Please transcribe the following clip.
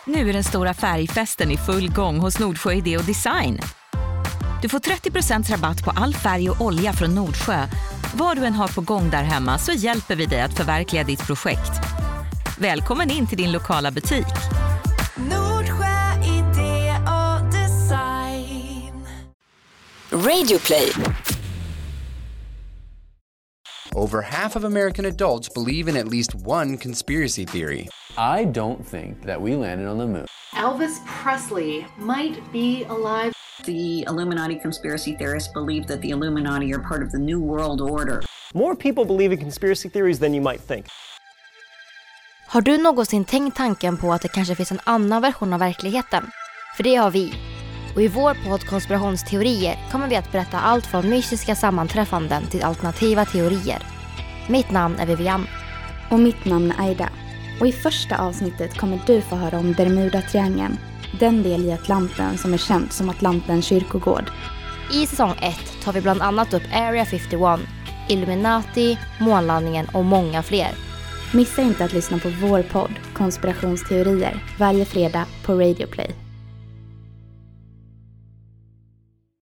Nu är den stora färgfesten i full gång hos Nordsjö Idé och Design. Du får 30% rabatt på all färg och olja från Nordsjö. Vad du än har på gång där hemma så hjälper vi dig att förverkliga ditt projekt. Välkommen in till din lokala butik. Nordsjö Idé och Design. Radio Play. Over half of American adults believe in at least one conspiracy theory. I don't think that we landed on the moon. Elvis Presley might be alive. The Illuminati conspiracy theorists believe that the Illuminati are part of the New World Order. More people believe in conspiracy theories than you might think. Har du någonsin tänkt tanken på att det kanske finns en annan version av verkligheten? För det har vi. Och i vår podd Konspirationsteorier kommer vi att berätta allt från mystiska sammanträffanden till alternativa teorier. Mitt namn är Vivian. Och mitt namn är Aida. Och i första avsnittet kommer du få höra om Bermuda-triangeln. Den del i Atlanten som är känd som Atlantens kyrkogård. I säsong 1 tar vi bland annat upp Area 51, Illuminati, månlandningen och många fler. Missa inte att lyssna på vår podd Konspirationsteorier varje fredag på Radio Play.